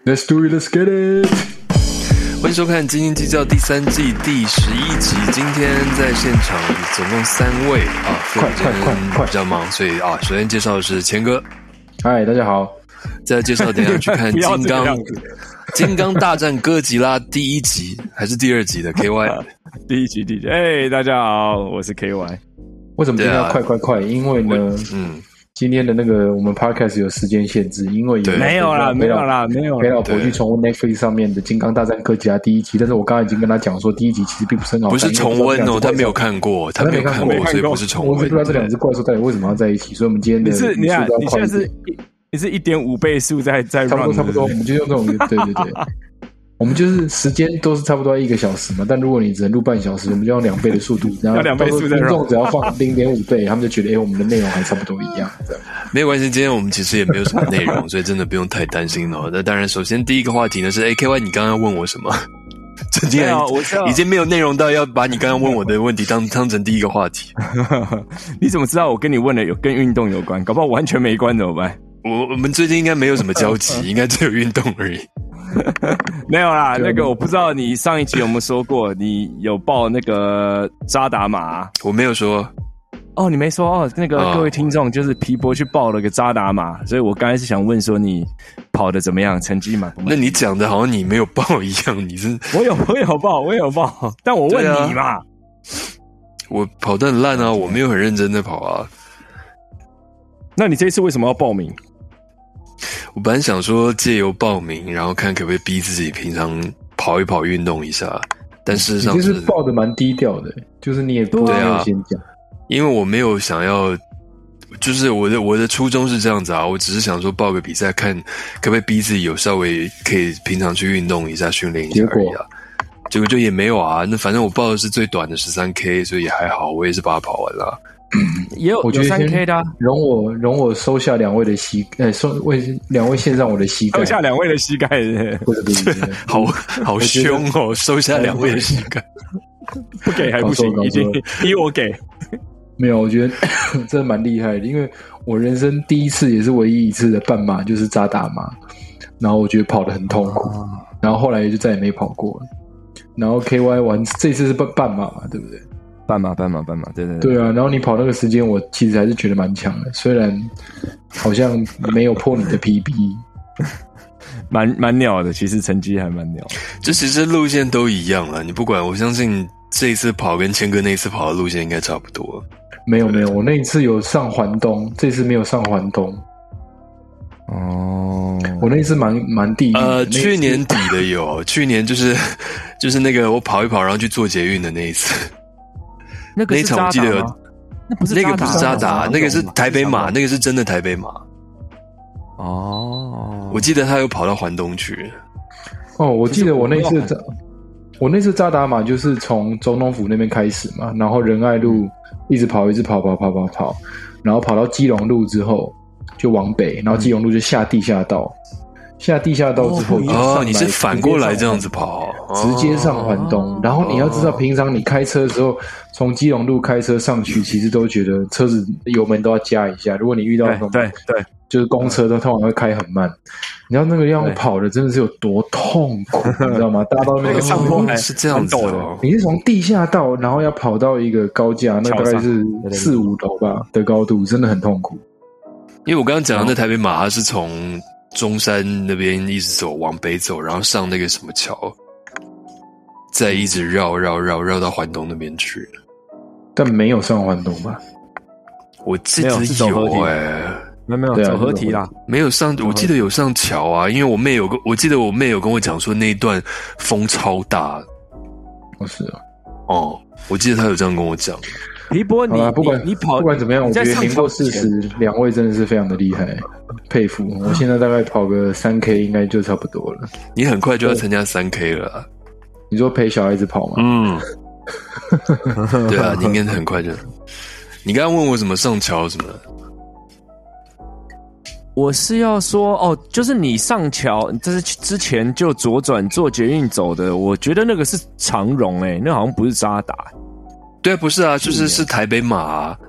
Let's do it, let's get it！ 欢迎收看《斤斤计较》第3季第11集。今天在现场总共3位啊，快，比较忙，所以啊，首先介绍的是钱哥。 嗨，大家好。 再介绍，等一下去看金刚大战哥吉拉第1集还是第2集的 KY？ 第一集。大家好，我是 KY。 为什么今天要快？因为呢，今天的那个我们 podcast 有时间限制，因为没有啦，陪老婆去重温 Netflix 上面的《金刚大战哥吉拉》第1集，但是我刚刚已经跟他讲说，第1集其实并不是很好看， 不是重温哦，他没有看过，所以不是重温。 我不知道这两只怪兽到底为什么要在一起，所以我们今天的你现在是1.5倍速在 run， 差不多，我们就用这种对。我们就是时间都是差不多1个小时嘛，但如果你只能录半小时，我们就用2倍的速度，然后 2倍速， 听众只要放0.5倍，他们就觉得我们的内容还差不多一样。 没有关系，今天我们其实也没有什么内容，所以真的不用太担心哦。那当然，首先第一个话题呢是 KY， 你刚刚问我什么？今天已经没有内容到要把你刚刚问我的问题当成第一个话题。 你怎么知道我跟你问的有跟运动有关？搞不好完全没关怎么办？ 我们最近应该没有什么交集，应该只有运动而已。 没有啦，那个我不知道你上一集有没有说过，你有报那个扎达马？ 我没有说。 哦，你没说哦。那个各位听众，就是皮博去报了个扎达马，所以我刚才是想问说你跑得怎么样，成绩满不满？ 那你讲的好像你没有报一样，你是我有报，但我问你嘛。 我跑得很烂啊，我没有很认真的跑啊。 那你这一次为什么要报名？ 我本来想说借由报名，然后看可不可以逼自己平常跑一跑运动一下，但事实上你就是报的蛮低调的，就是你也不会先讲， 因为我没有想要，就是我的初衷是这样子啊，我只是想说报个比赛，看可不可以逼自己有稍微可以平常去运动一下，训练一下而已啊。结果就也没有啊，那反正我报的是最短的13K， 所以也还好，我也是把它跑完了。 也有 3K 的、啊， 容我收下2位的为2位献上我的膝盖， 收下2位的膝盖， 不是， 好凶哦！收下2位的膝盖， 不给还不行，已经逼我给。 没有，我觉得真的蛮厉害的，因为我人生第一次也是唯一一次的半马就是扎达马，然后我觉得跑得很痛苦，然后后来就再也没跑过了。然后 KY 完这次是半马嘛，对不对？ 半马，对啊，然后你跑那个时间，我其实还是觉得蛮强的，虽然好像没有破你的 PB， 蛮鸟的，其实成绩还蛮鸟。 这其实路线都一样了，你不管，我相信这一次跑跟谦哥那一次跑的路线应该差不多。 没有，我那一次有上环东，这次没有上环东。 哦， 我那一次蛮地狱。 去年底的有，去年就是那个我跑一跑，然后去做捷运的那一次。 那一场我记得有，那个不是扎达，那个是台北马，那个是真的台北马。 哦， 我记得他有跑到环东去。 哦，我记得我那次扎达马就是从总统府那边开始嘛，然后仁爱路一直跑，然后跑到基隆路之后就往北，然后基隆路就下地下道。下地下道之后你是反过来这样子跑， 直接上环东。然后你要知道，平常你开车的时候，从基隆路开车上去，其实都觉得车子油门都要加一下。如果你遇到那种对， 就是公车都通常会开很慢。你知道那个样跑的真的是有多痛苦，你知道吗？大到那个上坡是这样子的， 你是从地下道，然后要跑到一个高架，那大概是4-5楼吧的高度，真的很痛苦。 因为我刚刚讲的那台北马，它是从中山那边一直走往北走，然后上那个什么桥，再一直绕到环东那边去。 但没有上环东吧？ 我记得有没有走合体啦， 没有上，我记得有上桥啊，因为我记得我妹有跟我讲说那一段风超大。 哦，是啊， 哦，我记得她有这样跟我讲。 皮博，你跑， 不管怎么样，我觉得年过40，两位真的是非常的厉害，佩服。我现在大概跑个3K 应该就差不多了。 你很快就要参加3K 了啊。 你说陪小孩子跑吗？ 嗯，对啊，你应该很快就。你刚刚问我怎么上桥什么的， 我是要说哦，就是你上桥，这是之前就左转坐捷运走的，我觉得那个是长荣那好像不是扎达。 对啊，不是啊，就是台北马啊。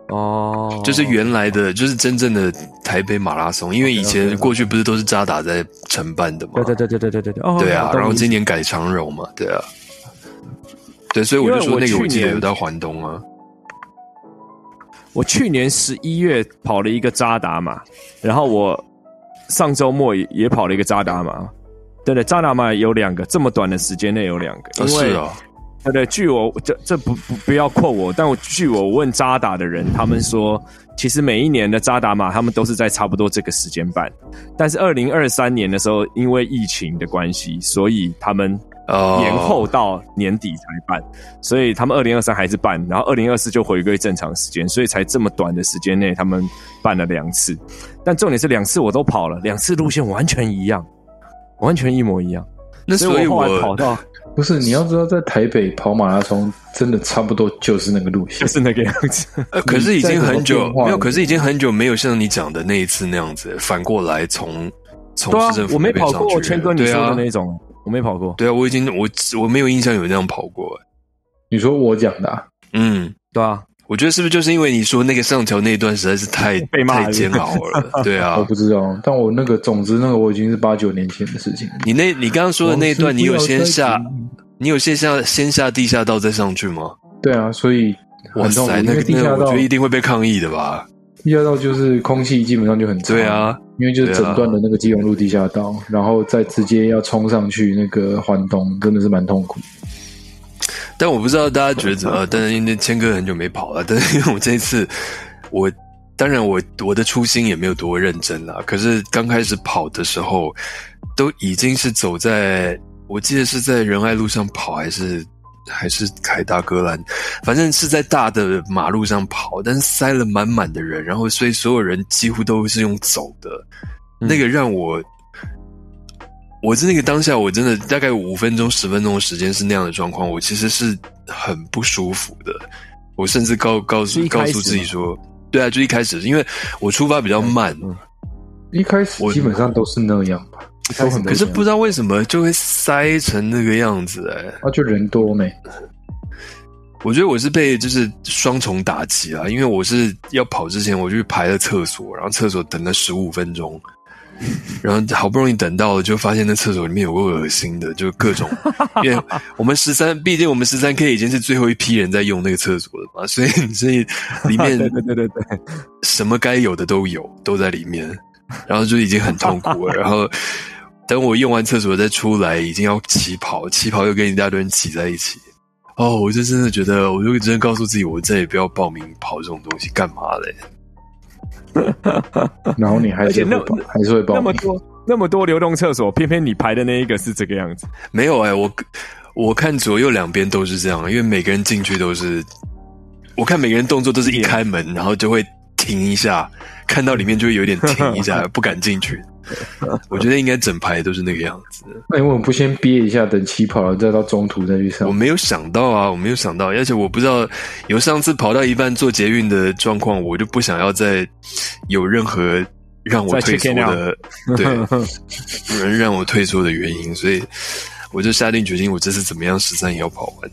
哦， 就是原来的，就是真正的台北马拉松，因为以前过去不是都是渣打在承办的嘛？ 对， 对啊，然后今年改长荣嘛，对啊，对，所以我就说那个我记得有到环东啊。 我去年11月跑了一个渣打马，然后我上周末也跑了一个渣打马。对，渣打马有2个，这么短的时间内有2个，因为。 是啊。 对，据我这不要扣我，但据我问渣打的人，他们说，其实每一年的渣打马他们都是在差不多这个时间办，但是2023年的时候，因为疫情的关系，所以他们延后到年底才办，所以他们2023还是办，然后2024就回归正常时间，所以才这么短的时间内他们办了2次，但重点是2次我都跑了，2次路线完全一样，完全一模一样， 那所以我后来跑到。 不是，你要知道，在台北跑马拉松，真的差不多就是那个路线， 就是那个样子。 可是已经很久没有，可是已经很久没有像你讲的那一次那样子，反过来从市政府我没跑过谦哥你说的那种，我没跑过。 对啊，我没有印象有这样跑过。 你说我讲的啊？ 嗯，对啊。 我觉得是不是就是因为你说那个上桥那一段实在是太煎熬了？对啊， 我不知道，但我那个总之那个我已经是8、9年前的事情了。 你刚刚说的那一段，你有先下地下道再上去吗？ 对啊，所以哇塞，那个我觉得一定会被抗议的吧？ 地下道就是空气基本上就很差， 对啊， 因为就是整段的那个基隆路地下道，然后再直接要冲上去那个环东，真的是蛮痛苦。 但我不知道大家觉得怎么，但是因为谦哥很久没跑了，但是因为我这一次，当然我的初心也没有多认真啦，可是刚开始跑的时候，都已经是走在，我记得是在仁爱路上跑，还是凯达格兰，反正是在大的马路上跑，但是塞了满满的人，然后所以所有人几乎都是用走的，那个让我是那个当下，我真的大概5分钟、10分钟的时间是那样的状况，我其实是很不舒服的。我甚至告诉自己说，对啊，就一开始，因为我出发比较慢， 一开始基本上都是那样吧，都很。 可是不知道为什么就会塞成那个样子， 就人多没。 我觉得我是被就是双重打击啊，因为我是要跑之前我就去排了厕所，然后厕所等了15分钟。然后好不容易等到了，就发现那厕所里面有个恶心的，就各种，因为我们毕竟我们13K 已经是最后一批人在用那个厕所了嘛，所以里面对， 什么该有的都有，都在里面，然后就已经很痛苦了。然后等我用完厕所再出来，已经要起跑又跟一大堆人挤在一起。我就真的觉得，我就真的告诉自己，我再也不要报名跑这种东西，干嘛嘞？ 然后你还是会报名那么多流动厕所，偏偏你排的那一个是这个样子。 没有我看左右两边都是这样，因为每个人进去都是，我看每个人动作都是一开门，然后就会停一下，看到里面就会有点停一下，不敢进去。我觉得应该整排都是那个样子。 那我们不先憋一下，等起跑了再到中途再去上？ 我没有想到，而且我不知道有上次跑到一半做捷运的状况，我就不想要再有任何让我退缩的，对，让我退缩的原因，所以我就下定决心，我这次怎么样13也要跑完。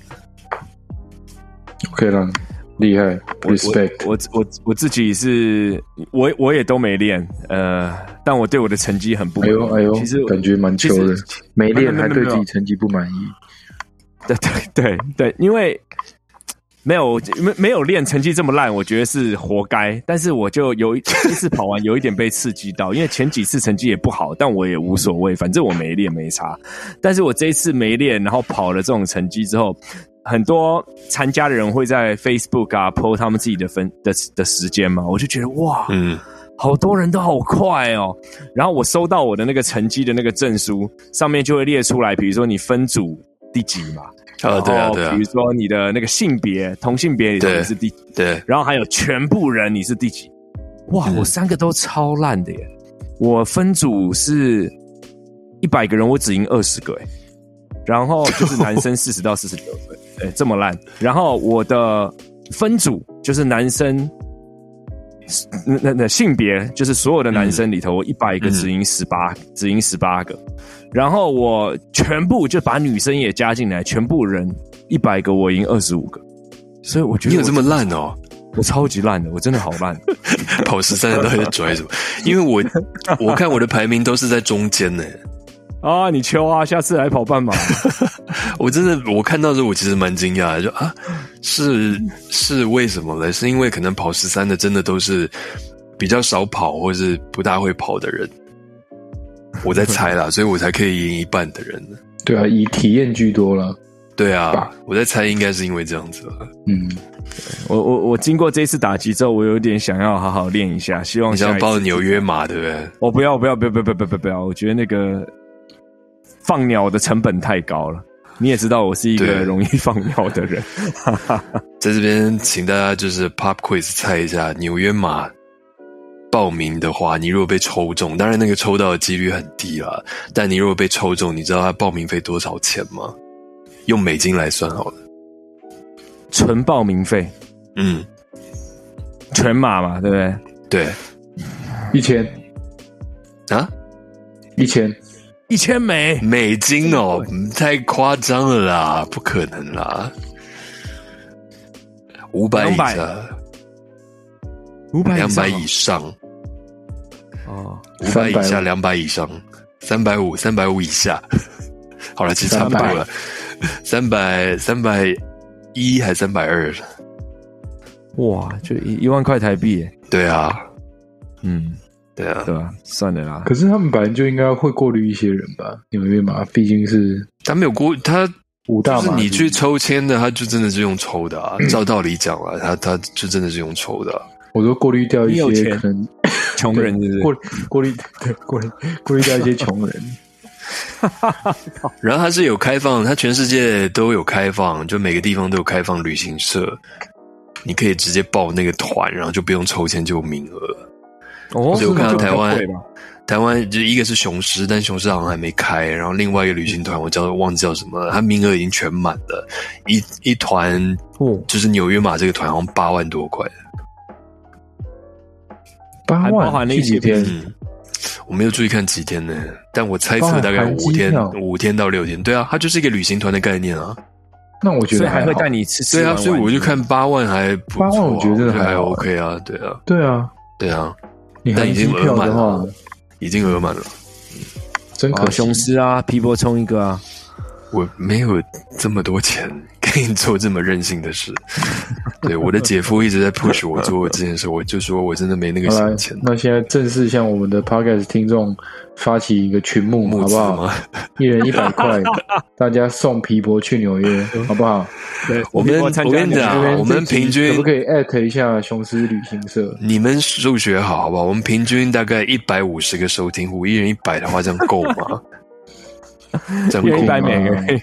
OK 啦。厉害 ，respect。 我自己是，我也都没练，但我对我的成绩很不满意。 哎呦， 其实感觉蛮糗的，没练还对自己成绩不满意。 对，因为没有练成绩这么烂，我觉得是活该。但是我就有一次跑完，有一点被刺激到，因为前几次成绩也不好，但我也无所谓，反正我没练没差。但是我这一次没练，然后跑了这种成绩之后。很多参加的人会在 Facebook 啊 po 他们自己的时间嘛，我就觉得哇，好多人都好快哦。然后我收到我的那个成绩的那个证书，上面就会列出来，比如说你分组第几嘛， 对啊， 比如说你的那个性别，同性别里头你是第几， 对， 然后还有全部人你是第几，哇，我3个都超烂的耶，我分组是100个人，我只赢20个耶。然后就是男生40到49岁，对，这么烂。然后我的分组就是男生，那性别就是所有的男生里头，我100个只赢18个。然后我全部就把女生也加进来，全部人100个我赢25个。所以我觉得你有这么烂哦？ 我超级烂的，我真的好烂。 跑13的到底在拽什么？因为我看我的排名都是在中间呢。 啊，你秋啊，下次来跑半马。 我真的，我看到时候我其实蛮惊讶的，就啊，是为什么呢？是因为可能跑13的真的都是比较少跑或是不大会跑的人，我在猜啦，所以我才可以赢一半的人。 对啊，以体验居多啦。 对啊，我在猜应该是因为这样子吧。 我经过这一次打击之后，我有点想要好好练一下，希望你想要报纽约马，对不对？ 我不要，我觉得那个放鸟的成本太高了。你也知道我是一个容易放鸟的人。 在这边请大家就是 Pop Quiz 猜一下，纽约马报名的话，你如果被抽中，当然那个抽到的几率很低啦，但你如果被抽中，你知道他报名费多少钱吗？用美金来算好了。 纯报名费，全马嘛，对不对？ 对 ，1000 啊 ，1000 美金哦，太夸张了啦，不可能啦，500以下，200以上， 哦 ，500以下，200以上，350以下，好了，其实差不多了，301还是320？ 哇，就1万块台币耶。 对啊，对啊， 对吧？算了啦。 可是他们本来就应该会过滤一些人吧？纽约马毕竟是他没有他 5大马， 就是你去抽签的，他就真的是用抽的啊。照道理讲啦，他就真的是用抽的啊。 我说过滤掉一些可能穷人，是不是？ 过滤掉一些穷人。 然后它是有开放，它全世界都有开放，就每个地方都有开放旅行社，你可以直接报那个团，然后就不用抽签就有名额。所以我看到台湾就一个是雄狮，但雄狮好像还没开，然后另外一个旅行团我忘记叫什么了，它名额已经全满了，一团就是纽约马这个团好像8万多块 ，8万包含那几天。 我没有注意看几天呢，但我猜测大概5天到6天。对啊，它就是一个旅行团的概念啊。 那我觉得还会带你吃。 对啊，所以我就看8万还不错，8万我觉得还 OK 啊。对啊， 对啊， 但已经额满了，已经额满了， 真可惜。 雄狮啊，皮博冲一个啊。 我没有这么多钱可以做这么任性的事。对，我的姐夫一直在 push 我做这件事，我就说我真的没那个闲钱。 那现在正式向我们的 podcast 听众发起一个群募，好不好？一人100块，大家送皮博去纽约，好不好？ 对， 我跟你讲，我们平均可不可以 at 一下雄狮旅行社？ 你们数学好不好？我们平均大概150个收听户，一人100的话，这样够吗？ 这样够吗？100美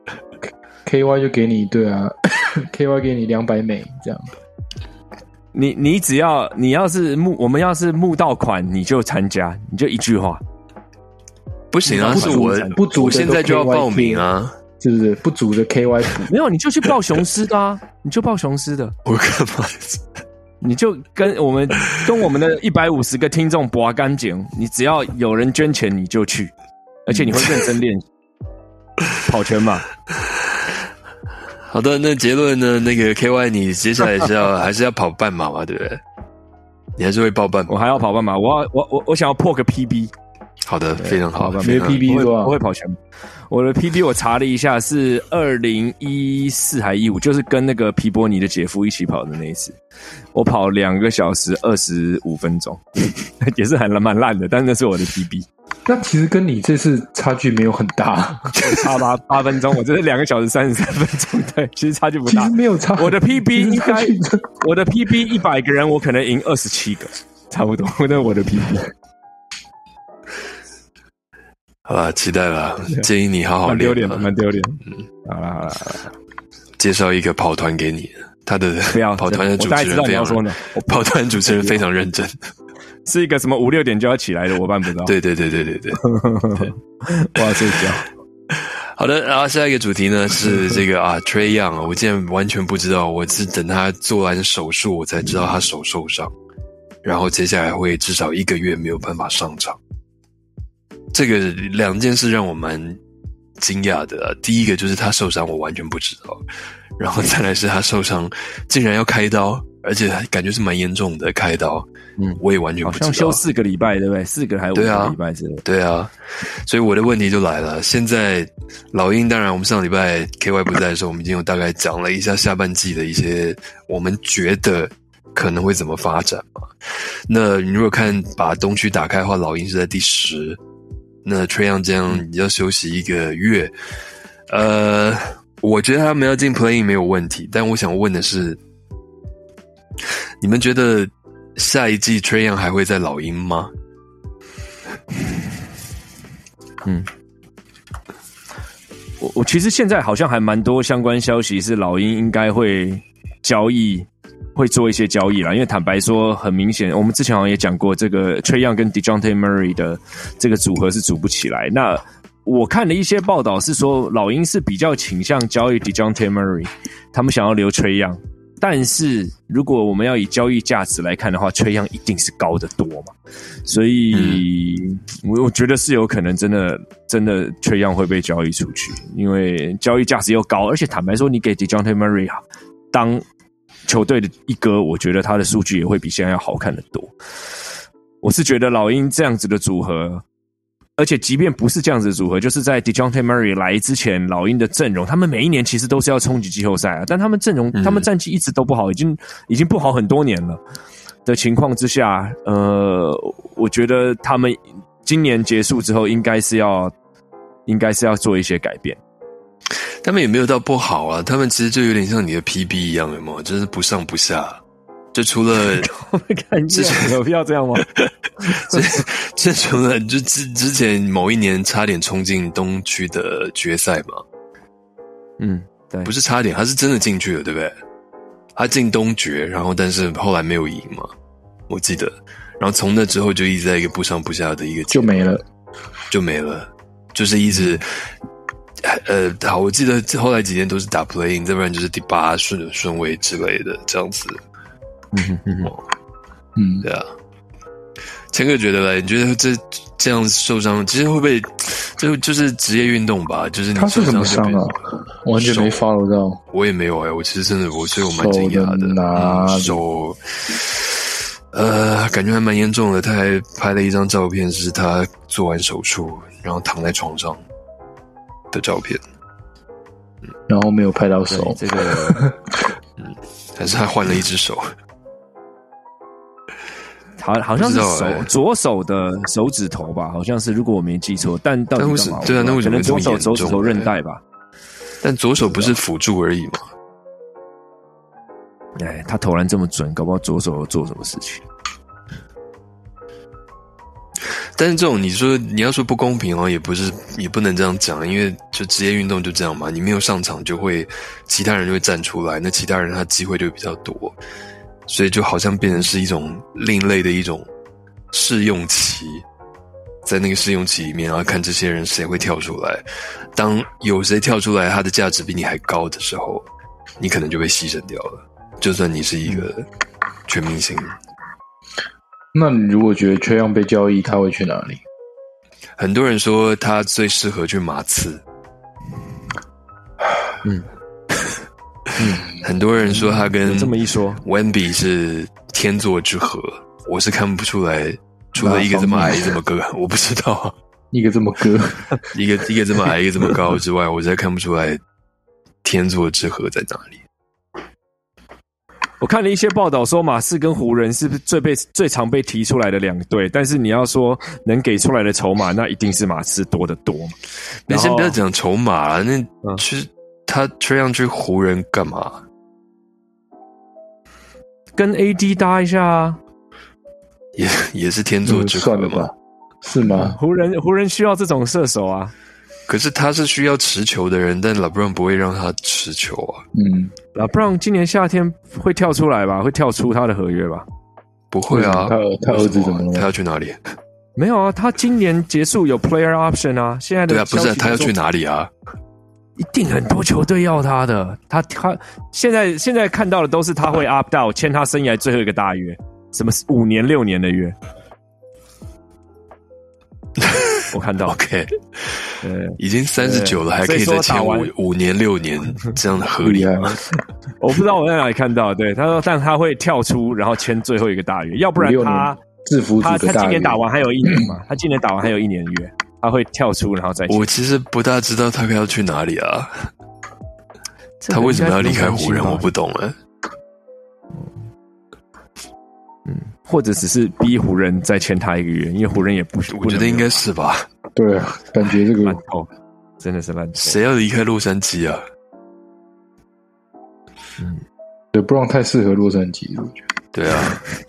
KY 就给你，对啊，KY 给你200美这样。 你只要我们要是募到款，你就参加，你就一句话。 不行啊，是我现在就要报名啊， 是不是？不足的 KY 没有，你就去报雄狮的啊，你就报雄狮的。 我干嘛？ 你就跟我们的150个听众拔干净，你只要有人捐钱，你就去，而且你会认真练跑全马。 好的，那结论呢？那个 KY， 你接下来还是要跑半马嘛，对不对？你还是会报半马？ 我还要跑半马，我想要破个 PB。 好的，非常好。 你的 PB 多少？ 我会跑全马。我的 PB 我查了一下，是2014还15，就是跟那个皮博尼的姐夫一起跑的那一次。我跑2个小时25分钟，也是蛮烂的，但那是我的 PB。 那其实跟你这次差距没有很大， 我差8分钟，我这是2个小时33分钟，对，其实差距不大， 其实没有差。 我的 PB 应该，我的 PB 100个人，我可能赢27个，差不多。那是我的 PB。 好啦，期待啦，建议你好好练。 蛮丢脸。好啦， 介绍一个跑团给你，他的跑团的主持人非常，跑团主持人非常认真。 是一个什么5、6点就要起来的，我办不到。 对。 我要睡觉。 好的，然后下一个主题呢是这个Trae Young， 我竟然完全不知道，我是等他做完手术我才知道他手受伤，然后接下来会至少1个月没有办法上场。这个2件事让我蛮惊讶的第一个就是他受伤，我完全不知道，然后再来是他受伤竟然要开刀，而且感觉是蛮严重的开刀，我也完全不知道。 好像休4个礼拜，对不对？4个还5个礼拜之类的。 对啊，所以我的问题就来了。现在老鹰，当然我们上礼拜 KY 不在的时候，我们已经有大概讲了一下下半季的一些我们觉得可能会怎么发展嘛。那你如果把东区打开的话，老鹰是在第10。那 Trae Young 这样要休息1个月，我觉得他们要进 play-in 没有问题，但我想问的是，你们觉得下一季 Trae Young 还会在老鹰吗？ 我其实现在好像还蛮多相关消息是老鹰应该会会做一些交易啦，因为坦白说，很明显，我们之前好像也讲过，这个 Trae Young 跟 DeJounte Murray 的这个组合是组不起来。那我看了一些报道是说，老鹰是比较倾向交易 DeJounte Murray， 他们想要留 Trae Young， 但是如果我们要以交易价值来看的话，Trae Young 一定是高得多嘛，所以我觉得是有可能真的 Trae Young 会被交易出去，因为交易价值又高，而且坦白说，你给 DeJounte Murray 当球队的一哥，我觉得他的数据也会比现在要好看得多。我是觉得老鹰这样子的组合，而且即便不是这样子的组合，就是在 DeJounte Murray 来之前，老鹰的阵容，他们每一年其实都是要冲击季后赛啊，但他们阵容，他们战绩一直都不好，已经不好很多年了的情况之下，我觉得他们今年结束之后，应该是要做一些改变。 他们也没有到不好啊，他们其实就有点像你的 PB 一样，有没有？就是不上不下，就除了感觉有必要这样吗？ 这除了就之前某一年差点冲进东区的决赛嘛， 对， 不是差点，他是真的进去了，对不对？他进东决，然后但是后来没有赢嘛，我记得，然后从那之后就一直在一个不上不下的一个就没了， 就是一直。好，我记得后来几年都是打 play-in， 再不然就是第8顺位之类的这样子。对啊。谦哥觉得嘞，你觉得这样受伤，其实会不会就是职业运动吧？就是你他是怎么伤啊？完全没 follow 到。 我也没有我其实真的所以我蛮惊讶的。手感觉还蛮严重的。他还拍了一张照片，是他做完手术，然后躺在床上的照片， 然后没有拍到手， 这个， 还是他换了一只手， 好像是左手的手指头吧，好像是，如果我没记错，但到底干嘛？ 对啊，那为什么可能左手手指头韧带吧？ 但左手不是辅助而已吗？ 他投篮这么准，搞不好左手做什么事情？ 但是这种你要说不公平也不能这样讲，因为就职业运动就这样嘛，你没有上场就会其他人就会站出来，那其他人他机会就比较多，所以就好像变成是一种另类的一种试用期，在那个试用期里面，然后看这些人谁会跳出来，当有谁跳出来他的价值比你还高的时候，你可能就被牺牲掉了，就算你是一个全明星。 那你如果觉得Trae Young被交易，他会去哪里？ 很多人说他最适合去马刺。很多人说他跟这么一说 Wemby 是天作之合，我是看不出来，除了一个这么矮，这么高，我不知道。 一个这么高， 一个这么矮，一个这么高之外，我实在看不出来天作之合在哪里。 我看了一些报道说，马刺跟湖人是最常被提出来的两队，但是你要说能给出来的筹码，那一定是马刺多得多嘛。 你先不要讲筹码啦，那其实他Trae Young去湖人干嘛？ 跟 AD 搭一下啊， 也是天作之合嘛？ 是吗？ 湖人需要这种射手啊。 可是他是需要持球的人，但 LeBron 不会让他持球啊。 LeBron 今年夏天会跳出来吧？会跳出他的合约吧？ 不会啊， 他儿子怎么了？ 他要去哪里？ 没有啊，他今年结束有 player option 啊。现在的对啊，不是他要去哪里啊？ 一定很多球队要他的。他现在看到的都是他会 opt out， 签他生涯最后一个大约，什么5年6年的约。我看到 OK。 已经39了，还可以再签5年6年，这样合理吗？ 我不知道我在哪里看到，对他说，但他会跳出，然后签最后一个大约，要不然他制服组的大约， 他今年打完还有1年嘛，他今年打完还有1年约，他会跳出然后再签。 我其实不大知道他要去哪里啊，他为什么要离开湖人？我不懂哎。 或者只是逼湖人再签他1个月，因为湖人也不， 我觉得应该是吧。 对啊，感觉这个烂透，真的是烂透。 谁要离开洛杉矶啊？ 对，不让太适合洛杉矶，我觉得。 对啊。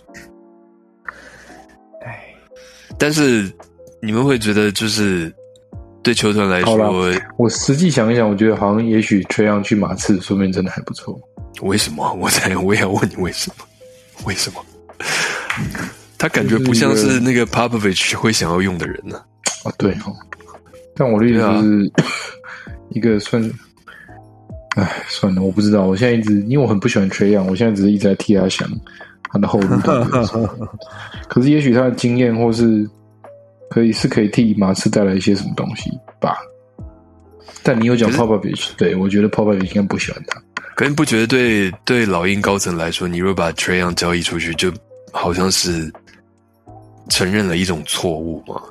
但是你们会觉得，就是对球团来说， 我实际想一想，我觉得好像也许Trae Young去马刺，说不定真的还不错。 为什么？我也要问你为什么？为什么？他感觉不像是那个 Popovich 会想要用的人呢。 啊，对哦。但我的意思是，一个算算了，我不知道。我现在一直，因为我很不喜欢Trae Young，我现在只是一直在替他想他的后路。可是也许他的经验，或是可以替马刺带来一些什么东西吧。但你有讲 Popovich， 对，我觉得 Popovich 应该不喜欢他。 可是你不觉得对老鹰高层来说，你如果把 Trae Young 交易出去，就好像是承认了一种错误吗？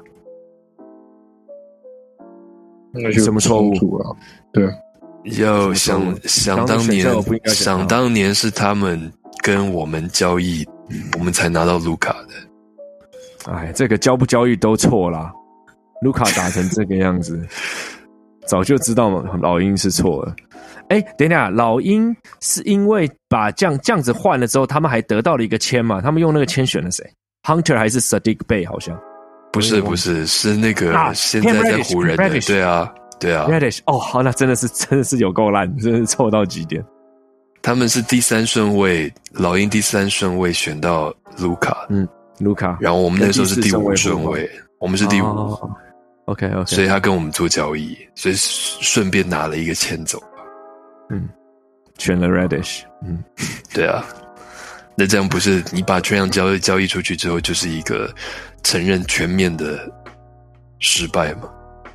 什么错误啊？对， 要想当年是他们跟我们交易，我们才拿到卢卡的。 哎，这个交不交易都错啦。卢卡打成这个样子，早就知道老鹰是错了。哎，等一下，老鹰是因为把这样子换了之后，他们还得到了一个签嘛？他们用那个签选了谁 ？Hunter 还是 Sadiq Bey 好像？ 不是，是那个现在在湖人的。对啊。 Reddish 哦，好，那真的是有够烂，真的是臭到极点。 他们是第3顺位，老鹰第3顺位选到卢卡， 卢卡， 然后我们那时候是第5顺位，我们是第5。 OK， 所以他跟我们做交易，所以顺便拿了一个签走。 选了 Reddish， 对啊，那这样不是你把Trae Young交易出去之后，就是一个承认全面的失败吗？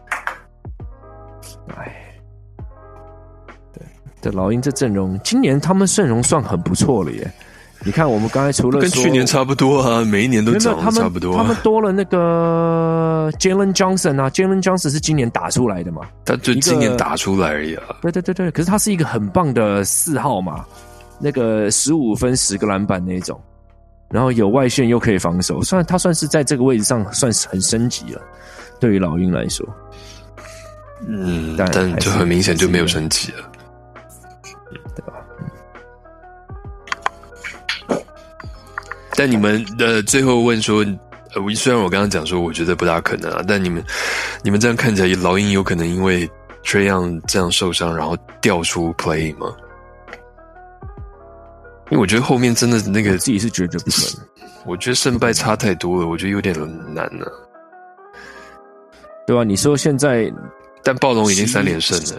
对，老鹰这阵容，今年他们阵容算很不错了耶。你看，我们刚才除了跟去年差不多啊，每一年都长得差不多。 他们多了那个 Jalen Johnson 啊 ，Jalen Johnson 是今年打出来的嘛？ 他就今年打出来而已啊。 对，可是他是一个很棒的4号嘛，那个15分10个篮板那种，然后有外线又可以防守，他算是在这个位置上算是很升级了，对于老鹰来说。 但就很明显就没有升级了。 对吧？ 但你们最后问说，虽然我刚刚讲说我觉得不大可能啊，但你们这样看起来，老鹰有可能因为Trae Young这样受伤，然后掉出 play 吗？因为我觉得后面真的那个自己是觉得不可能， 我觉得胜败差太多了，我觉得有点难了。 对吧？你说现在，但暴龙已经3连胜了。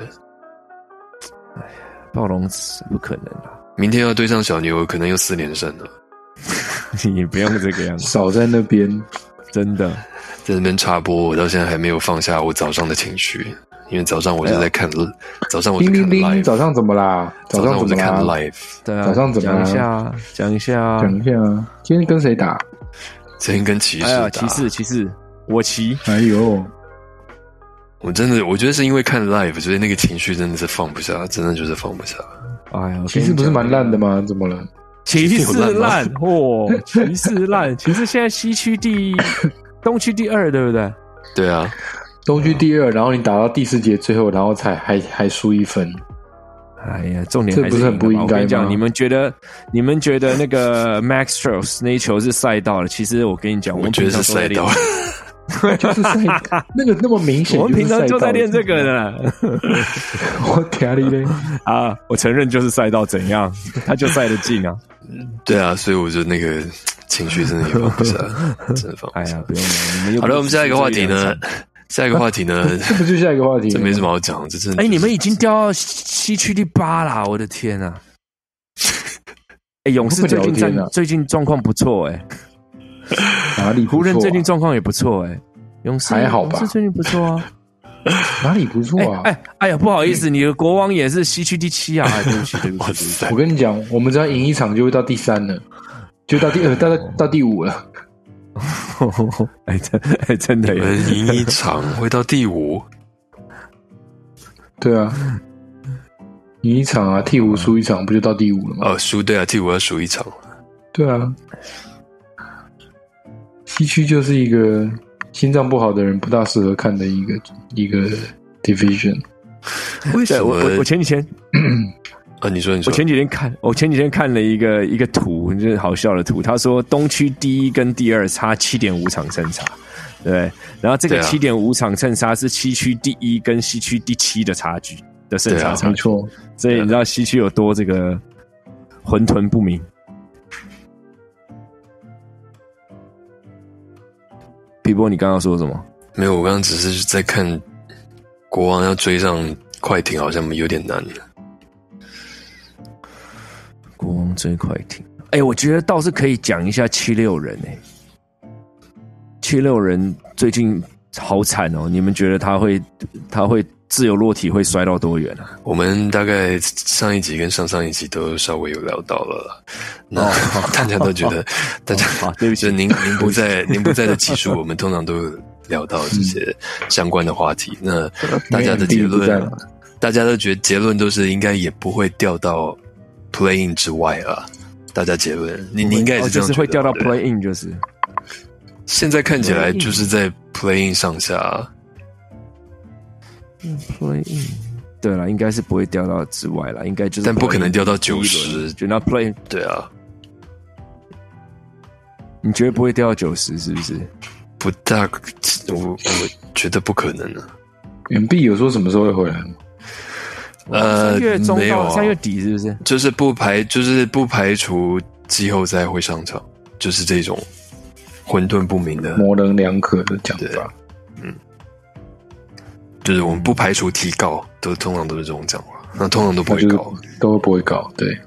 暴龙不可能啦， 明天要对上小牛，可能又4连胜了。 你不用这个样子， 少在那边， 真的在那边插播，我到现在还没有放下我早上的情绪，因为早上我就在看，早上我在看 live。 早上怎么啦？ 早上我在看 live。 对啊， 早上怎么啦？讲一下。 今天跟谁打？ 今天跟骑士打。 骑士，我骑。 哎呦！ 我觉得是因为看 live，所以那个情绪真的是放不下，真的就是放不下。 哎呀， 骑士不是蛮烂的吗？怎么了？ 骑士烂骑士烂，骑士现在西区东区第2，对不对？ 对啊， 东区第2，然后你打到第4节最后，然后还输1分。 哎呀，重点还是这不是很不应该吗？ 你们觉得那个 Max Strus 那一球是赛道了？其实我跟你讲， 我觉得是赛道。 就是那个那么明显， 我们平常就在练这个的。 我天你嘞！ 啊，我承认就是赛道怎样，他就赛得进啊。 对啊，所以我就那个情绪真的也放不下，真的放不下。 哎呀，不用了。 好了，我们下一个话题呢？这不就下一个话题？ 这没什么好讲，这真的。 你们已经掉到西区第8啦！我的天啊！勇士最近状况不错哪里不错？ 湖人最近状况也不错勇士还好吧？ 勇士最近不错啊。 哪里不错啊？ 哎呀，不好意思，你的国王也是西区第7啊！对不起。 我跟你讲，我们只要赢一场就会到第3了，就到第2，到第5了。 真的， 你们赢一场会到第5？ 对啊，赢一场啊，替补输一场不就到第5了吗？ 哦，输对啊，替补要输一场。 对啊，西区就是一个心脏不好的人不大适合看的一个 division。 为什么？ 我前几天你说， 我前几天看了一个图，就是好笑的图。他说东区第1跟第2差 7.5 场胜差，对。然后这个 7.5 场胜差是西区第1跟西区第7的差距的胜差差距。 没错。 所以你知道西区有多这个混沌不明。皮波，你刚刚说什么？ 没有，我刚刚只是在看国王要追上快艇，好像有点难。 国王追快艇，我觉得倒是可以讲一下76人76人最近好惨哦！你们觉得他会自由落体会摔到多远啊？ 我们大概上一集跟上一集都稍微有聊到了，那大家都觉得，大家对不起， 您不在的集数，我们通常都有聊到这些相关的话题。那大家的结论，大家都觉得结论都是应该也不会掉到 play in 之外啊。大家结论，你应该也是这样觉得， 就是会掉到 play in， 就是现在看起来就是在 play in 上下。 play in， 对啦，应该是不会掉到之外啦，应该就是， 但不可能掉到90， 就那 play。 对啊， 你觉得不会掉到90是不是？ 不大，我觉得不可能啊。 远币有说什么时候会回来吗 ？3月中到3月底是不是？ 就是不排除季后赛会上场，就是这种混沌不明的、 模棱两可的讲法。 就是我们不排除提告，通常都是这种讲法，那通常都不会告， 都不会告，对。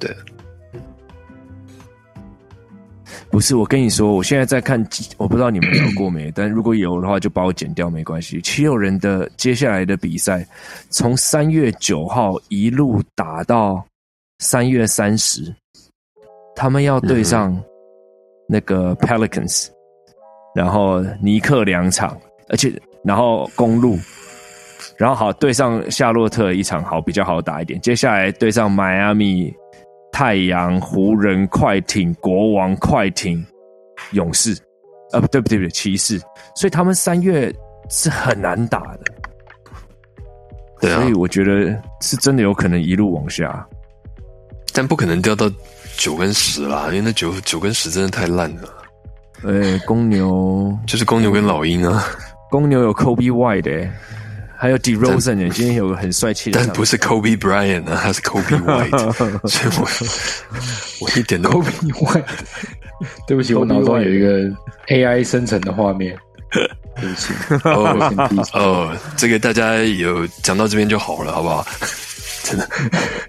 不是，我跟你说，我现在在看，我不知道你们聊过没，但如果有的话就把我剪掉没关系。76人的接下来的比赛，从3月9号一路打到3月30，他们要对上那个 Pelicans，然后尼克2场，而且然后公路。然后好对上夏洛特一场好比较好打一点，接下来对上迈阿密、太阳、湖人、快艇、国王、快艇、勇士，不对，骑士，所以他们3月是很难打的。 对啊， 所以我觉得是真的有可能一路往下， 但不可能掉到9跟10啦，因为那9跟10真的太烂了。 公牛就是公牛跟老鹰啊， 公牛有 Kobe White还有 DeRozan， 今天有个很帅气的， 但不是 Kobe Bryant 啊，他是 Kobe White， 所以我一点都 Kobe White。对不起，我脑中有一个 AI 生成的画面。对不起。 这个大家有讲到这边就好了，好不好？真的。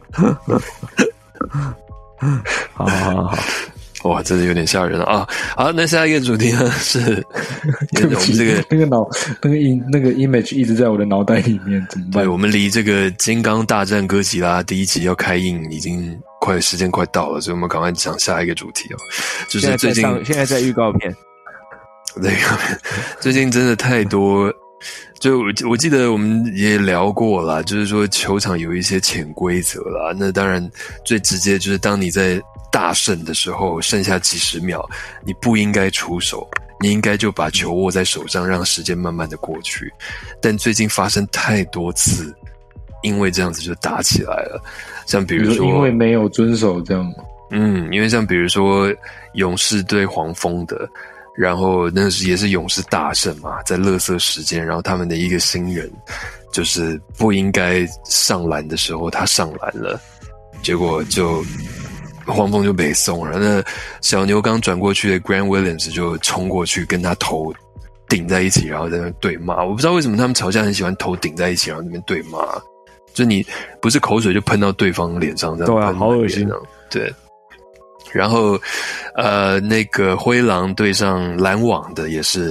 好。 哇，真的有点吓人啊！好，那下一个主题呢是， 对不起，那个 image 一直在我的脑袋里面，怎么办？ 对，我们离这个《金刚大战哥吉拉》第1集要开映已经时间快到了，所以我们赶快讲下一个主题哦。就是最近现在在预告片， 对，最近真的太多。就我记得我们也聊过啦，就是说球场有一些潜规则啦。那当然最直接就是当你在大胜的时候，剩下几十秒，你不应该出手，你应该就把球握在手上，让时间慢慢的过去。但最近发生太多次，因为这样子就打起来了。像比如说， 因为没有遵守这样吗？ 因为像比如说勇士对黄蜂的。然后那也是勇士大胜嘛，在垃圾时间，然后他们的一个新人就是不应该上篮的时候他上篮了，结果就黄蜂就被送了。那小牛刚转过去的 Grant Williams 就冲过去跟他头顶在一起，然后在那对骂。我不知道为什么他们吵架很喜欢头顶在一起，然后那边对骂，就你不是口水就喷到对方脸上这样， 对啊，好恶心。 对。然后，那个灰狼对上篮网的也是，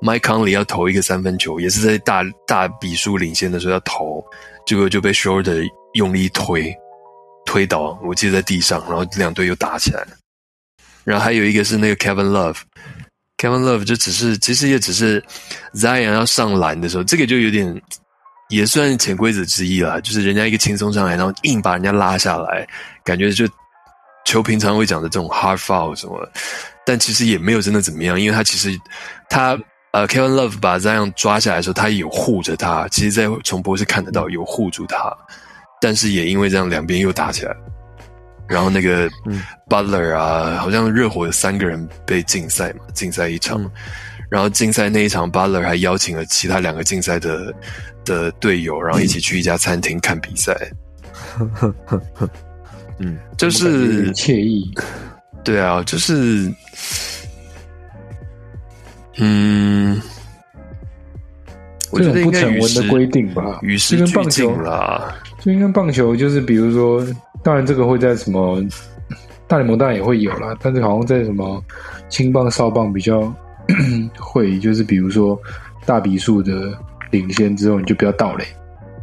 Mike Conley 要投一个3分球，也是在大比数领先的时候要投，结果就被 Schroeder 用力推倒，我记得在地上，然后两队又打起来。然后还有一个是那个 Kevin Love 就其实也只是 Zion 要上篮的时候，这个就有点也算潜规则之一啦，就是人家一个轻松上来，然后硬把人家拉下来，感觉就球平常会讲的这种 hard foul 什么，但其实也没有真的怎么样，因为他其实Kevin Love 把 Zion 抓下来的时候，他有护着他，其实在重播是看得到有护住他，但是也因为这样两边又打起来，然后那个 Butler 啊，好像热火有3个人被禁赛一场，然后禁赛那一场 Butler 还邀请了其他2个禁赛的队友，然后一起去一家餐厅看比赛。就是惬意。 对啊，就是我觉得应该不成文的规定吧， 与时俱进啦。 就跟棒球就是比如说，当然这个会在什么大联盟当然也会有啦，但是好像在什么青棒少棒比较会，就是比如说大比数的领先之后你就不要盗垒。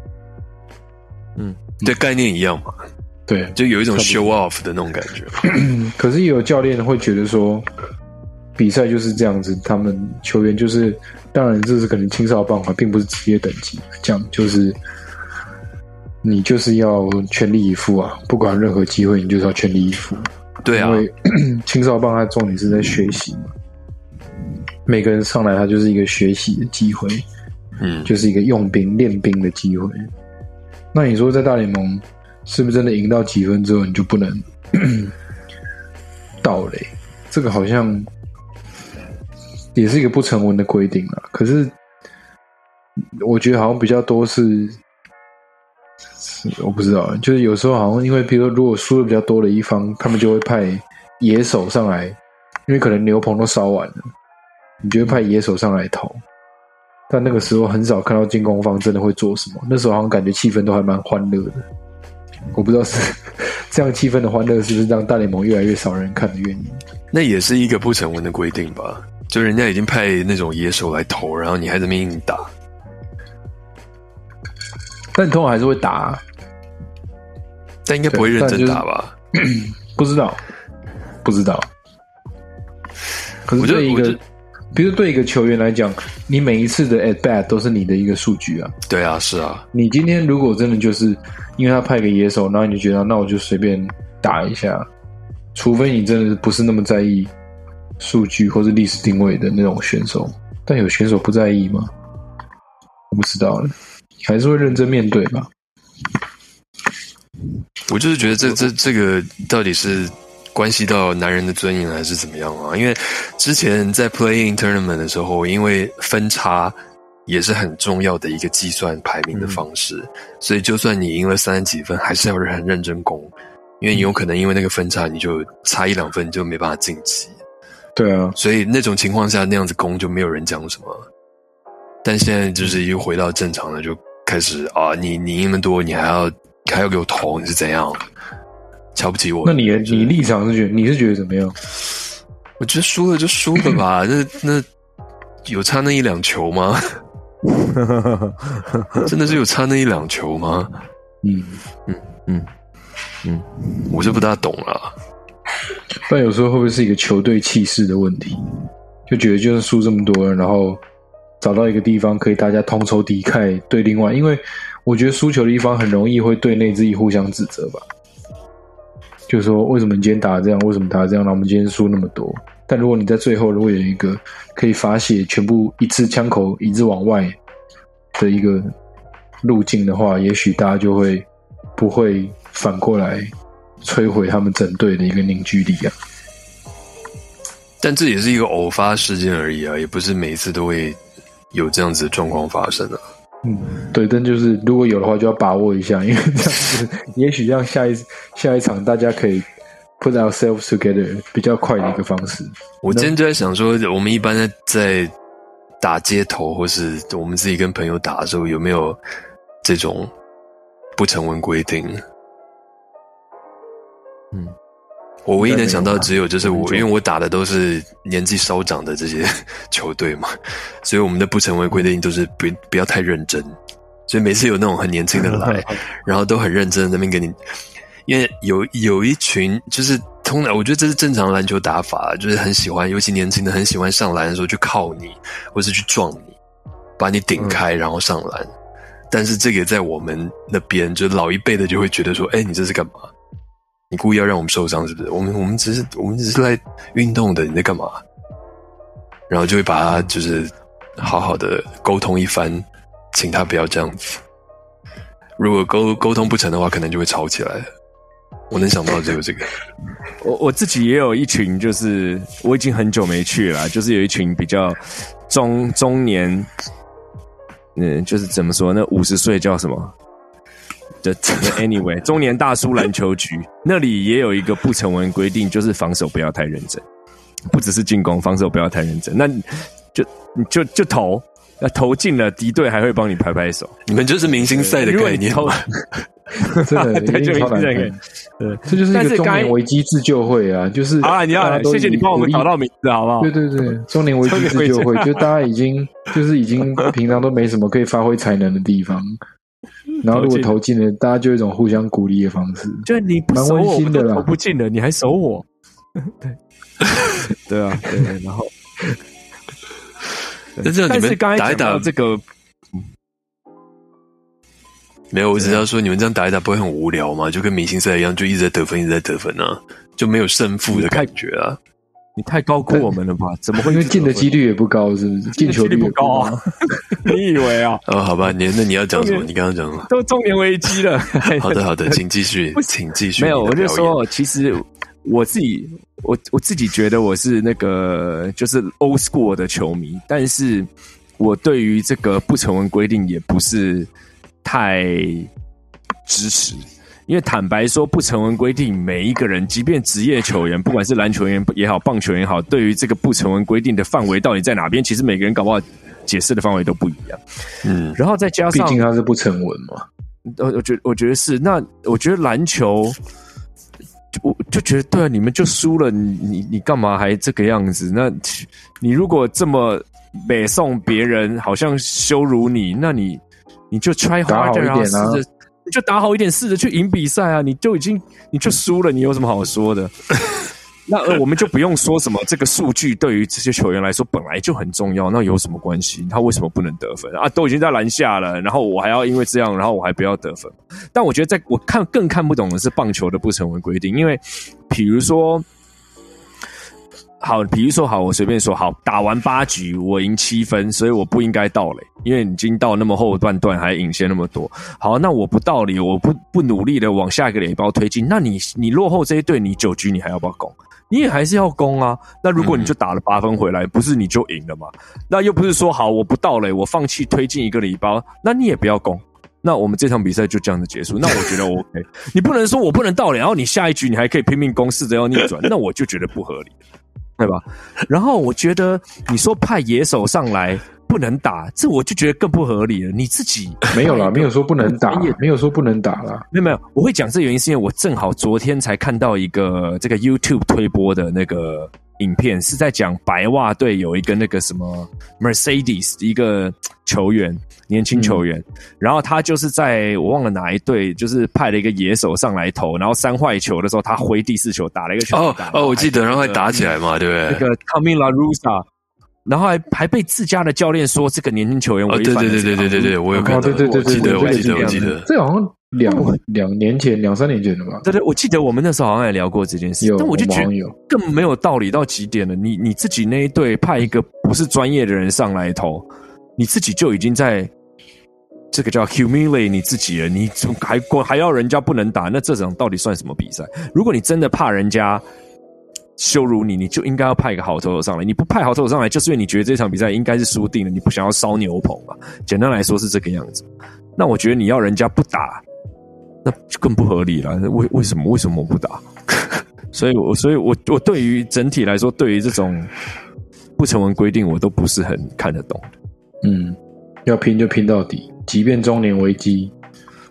对，概念一样嘛。 对， 就有一种 show off 的那种感觉。 可是也有教练会觉得说，比赛就是这样子，他们球员就是，当然这是可能青少棒嘛，并不是职业等级，这样就是你就是要全力以赴啊，不管任何机会，你就是要全力以赴。 对啊， 因为青少棒它重点是在学习嘛，每个人上来他就是一个学习的机会，就是一个用兵练兵的机会。那你说在大联盟？是不是真的赢到几分之后你就不能盗垒？这个好像也是一个不成文的规定啦。可是我觉得好像比较多是我不知道，就是有时候好像因为比如说如果输的比较多的一方，他们就会派野手上来，因为可能牛棚都烧完了，你就会派野手上来投。但那个时候很少看到进攻方真的会做什么，那时候好像感觉气氛都还蛮欢乐的。我不知道是这样气氛的欢乐是不是让大联盟越来越少人看的原因？ 那也是一个不成文的规定吧？就人家已经派那种野手来投，然后你还在那边硬打， 但你通常还是会打啊， 但应该不会认真打吧？ 不知道。可是对一个，比如对一个球员来讲，你每一次的 at bat 都是你的一个数据啊。 对啊，是啊。 你今天如果真的就是因为他派个野手，然后你就觉得那我就随便打一下，除非你真的不是那么在意数据或是历史定位的那种选手，但有选手不在意吗？我不知道了，你还是会认真面对吧。 我就是觉得这个到底是关系到男人的尊严还是怎么样啊？因为之前在 Play-in Tournament 的时候，因为分差也是很重要的一个计算排名的方式，所以就算你赢了30几分，还是要很认真攻，因为你有可能因为那个分差，你就差1-2分，你就没办法晋级。 对啊，所以那种情况下那样子攻就没有人讲什么。但现在就是又回到正常了，就开始啊，你赢那么多，你还要给我投，你是怎样？瞧不起我？ 那你立场是你是觉得怎么样？ 我觉得输了就输了吧，那有差那1-2球吗？真的是有差那1-2球吗？我就不大懂了。 但有时候会不会是一个球队气势的问题？就觉得就是输这么多人，然后找到一个地方可以大家同仇敌忾对另外，因为我觉得输球的一方很容易会对内自己互相指责吧。就是说为什么你今天打这样，为什么打这样，然后我们今天输那么多。但如果你在最后如果有一个可以发泄全部一次枪口一直往外的一个路径的话，也许大家就会不会反过来摧毁他们整队的一个凝聚力啊。 但这也是一个偶发事件而已啊，也不是每一次都会有这样子的状况发生啊。 对，但就是如果有的话就要把握一下，因为这样子也许让下一场大家可以 put ourselves together 比较快的一个方式。 我今天就在想说，我们一般在打街头或是我们自己跟朋友打的时候，有没有这种不成文规定？ 我唯一能想到只有就是因为我打的都是年纪稍长的这些球队嘛，所以我们的不成文规定都是不要太认真，所以每次有那种很年轻的来，然后都很认真的那边跟你，因为有一群就是通常我觉得这是正常篮球打法，就是很喜欢，尤其年轻的很喜欢上篮的时候去靠你，或是去撞你，把你顶开然后上篮。但是这个在我们那边，就老一辈的就会觉得说，你这是干嘛？你故意要让我们受伤是不是？我们只是在运动的，你在干嘛？然后就会把他就是好好的沟通一番，请他不要这样子。如果沟通不成的话，可能就会吵起来了。我能想到只有这个。 我自己也有一群，就是我已经很久没去了，就是有一群比较中年，就是怎么说，那50岁叫什么？anyway， 中年大叔篮球局那里也有一个不成文规定，就是防守不要太认真，不只是进攻，防守不要太认真。那你就投，那投进了，敌对还会帮你拍拍手。 你们就是明星赛的概念嘛。 真的，对，就明星赛概念。对，这就是一个中年危机自救会啊，就是好了，你要谢谢你帮我们找到名字，好不好？ 对对对，中年危机自救会，就大家已经平常都没什么可以发挥才能的地方。然后如果投进了，大家就有一种互相鼓励的方式， 就是你不守我，我都投不进了，你还守我，对，对啊，对，然后， 但是刚才讲到这个， 没有，我只是要说你们这样打一打不会很无聊吗？就跟明星赛一样，就一直在得分，一直在得分啊，就没有胜负的感觉啊。 你太高估我们了吧？怎么会？ 因为进的几率也不高，是不是？进球率不高啊？你以为啊？ 好吧，那你要讲什么？你刚刚讲了， 都中年危机了。 好的，请继续，请继续。 没有，我就说，其实我自己觉得我是那个就是 old school 的球迷，但是我对于这个不成文规定也不是太支持。因为坦白说，不成文规定，每一个人，即便职业球员，不管是篮球员也好，棒球员也好，对于这个不成文规定的范围到底在哪边，其实每个人搞不好解释的范围都不一样。然后再加上， 毕竟它是不成文嘛。 我觉得是。那我觉得篮球，我就觉得对啊，你们就输了，你干嘛还这个样子？那你如果这么北宋别人，好像羞辱你，那你就 try harder 一点啊。 你就打好一点，试着去赢比赛啊！你就输了，你有什么好说的？那我们就不用说什么这个数据对于这些球员来说本来就很重要，那有什么关系？他为什么不能得分啊？都已经在篮下了，然后我还要因为这样，然后我还不要得分？但我觉得我更看不懂的是棒球的不成文规定，因为比如说，我随便说，好，打完8局我赢7分，所以我不应该盗垒，因为已经到那么后半段还领先那么多。好，那我不盗垒，我不努力的往下一个垒包推进，那你落后这一队，你9局你还要不要攻？你也还是要攻啊。那如果你就打了8分回来，不是你就赢了吗？那又不是说好我不盗垒，我放弃推进一个垒包，那你也不要攻。那我们这场比赛就这样子结束，那我觉得 OK。你不能说我不能盗垒，然后你下一局你还可以拼命攻，试着要逆转，那我就觉得不合理。对吧？然后我觉得你说派野手上来不能打，这我就觉得更不合理了。你自己没有啦，没有说不能打，没有说不能打啦。 没有，我会讲这原因是因为我正好昨天才看到一个这个 YouTube 推播的那个影片，是在讲白袜队有一个那个什么 Mercedes 一个球员，年轻球员，然后他就是在我忘了哪一队，就是派了一个野手上来投，然后3坏球的时候，他挥第4球打了一个全打。 我记得，然后还打起来嘛，对不对？ 那个 Camila Rusa， 然后还被自家的教练说这个年轻球员违反了。 对，我有看到， 对， 我记得， 这好像2年前、2-3年前的吧？ 对，我记得我们那时候好像也聊过这件事，但我就觉得更没有道理到极点了。你自己那一队派一个不是专业的人上来投，你自己就已经在这个叫 humiliate 你自己了，你还要人家不能打，那这场到底算什么比赛？如果你真的怕人家羞辱你，你就应该要派一个好投手上来。你不派好投手上来，就是因为你觉得这场比赛应该是输定了，你不想要烧牛棚嘛。简单来说是这个样子。那我觉得你要人家不打，那就更不合理了。为什么我不打？所以我对于整体来说，对于这种不成文规定，我都不是很看得懂的。 要拼就拼到底，即便中年危机。